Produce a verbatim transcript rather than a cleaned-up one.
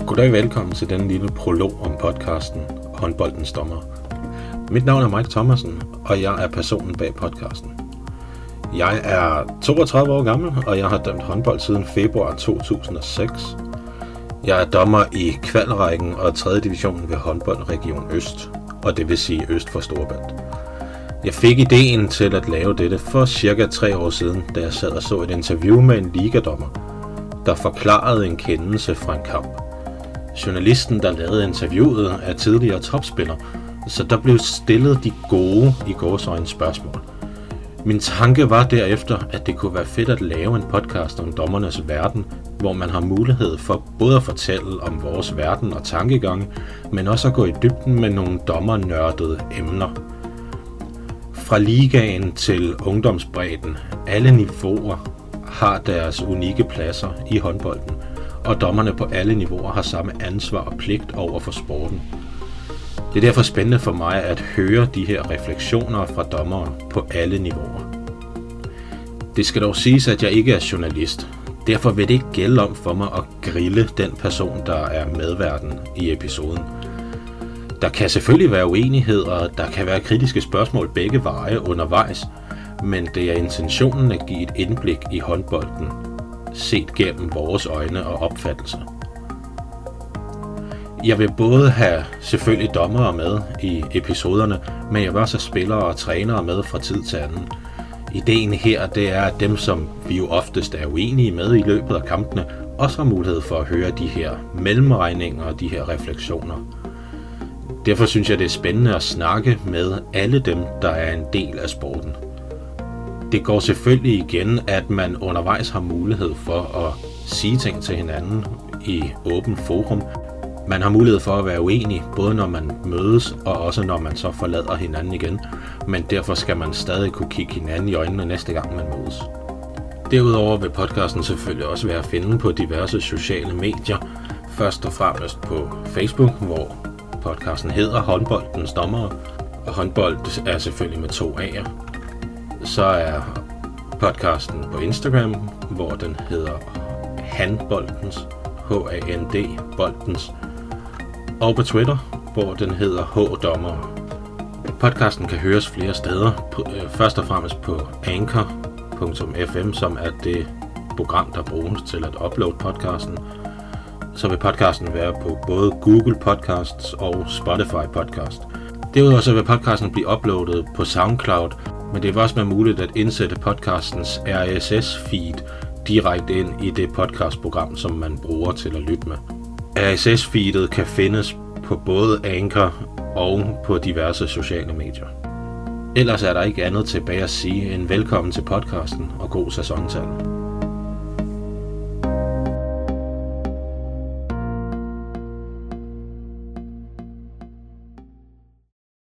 Goddag, velkommen til denne lille prolog om podcasten Håndboldens Dommer. Mit navn er Mike Thomasen, og jeg er personen bag podcasten. Jeg er toogtredive år gammel, og jeg har dømt håndbold siden februar to tusind og seks. Jeg er dommer i kvalrækken og tredje divisionen ved håndboldregion Øst, og det vil sige Øst for Storebælt. Jeg fik ideen til at lave dette for cirka tre år siden, da jeg sad og så et interview med en ligadommer, der forklarede en kendelse fra en kamp. Journalisten, der lavede interviewet, er tidligere topspiller, så der blev stillet de gode i gåseøjne spørgsmål. Min tanke var derefter, at det kunne være fedt at lave en podcast om dommernes verden, hvor man har mulighed for både at fortælle om vores verden og tankegange, men også at gå i dybden med nogle dommernørdede emner. Fra ligaen til ungdomsbredden, alle niveauer har deres unikke pladser i håndbolden, og dommerne på alle niveauer har samme ansvar og pligt over for sporten. Det er derfor spændende for mig at høre de her refleksioner fra dommere på alle niveauer. Det skal dog siges, at jeg ikke er journalist. Derfor vil det ikke gælde om for mig at grille den person, der er medværten i episoden. Der kan selvfølgelig være uenighed, og der kan være kritiske spørgsmål begge veje undervejs, men det er intentionen at give et indblik i håndbolden, set gennem vores øjne og opfattelser. Jeg vil både have selvfølgelig dommere med i episoderne, men jeg vil også have spillere og trænere med fra tid til anden. Ideen her, det er, at dem, som vi jo oftest er uenige med i løbet af kampene, også har mulighed for at høre de her mellemregninger og de her refleksioner. Derfor synes jeg, det er spændende at snakke med alle dem, der er en del af sporten. Det går selvfølgelig igen, at man undervejs har mulighed for at sige ting til hinanden i åben forum. Man har mulighed for at være uenig, både når man mødes og også når man så forlader hinanden igen. Men derfor skal man stadig kunne kigge hinanden i øjnene næste gang man mødes. Derudover vil podcasten selvfølgelig også være at finde på diverse sociale medier. Først og fremmest på Facebook, hvor podcasten hedder Håndboldens Dommer. Og håndbold er selvfølgelig med to A'er. Så er podcasten på Instagram, hvor den hedder Handboldens, H A N D, Boldens. Og på Twitter, hvor den hedder H-dommer. Podcasten kan høres flere steder, først og fremmest på anchor punktum f m, som er det program, der bruges til at uploade podcasten. Så vil podcasten være på både Google Podcasts og Spotify Podcast. Derudover så vil podcasten blive uploadet på SoundCloud, men det vil også være muligt at indsætte podcastens R S S-feed direkte ind i det podcastprogram, som man bruger til at lytte med. R S S-feedet kan findes på både Anchor og på diverse sociale medier. Ellers er der ikke andet tilbage at sige end velkommen til podcasten og god sæsontal.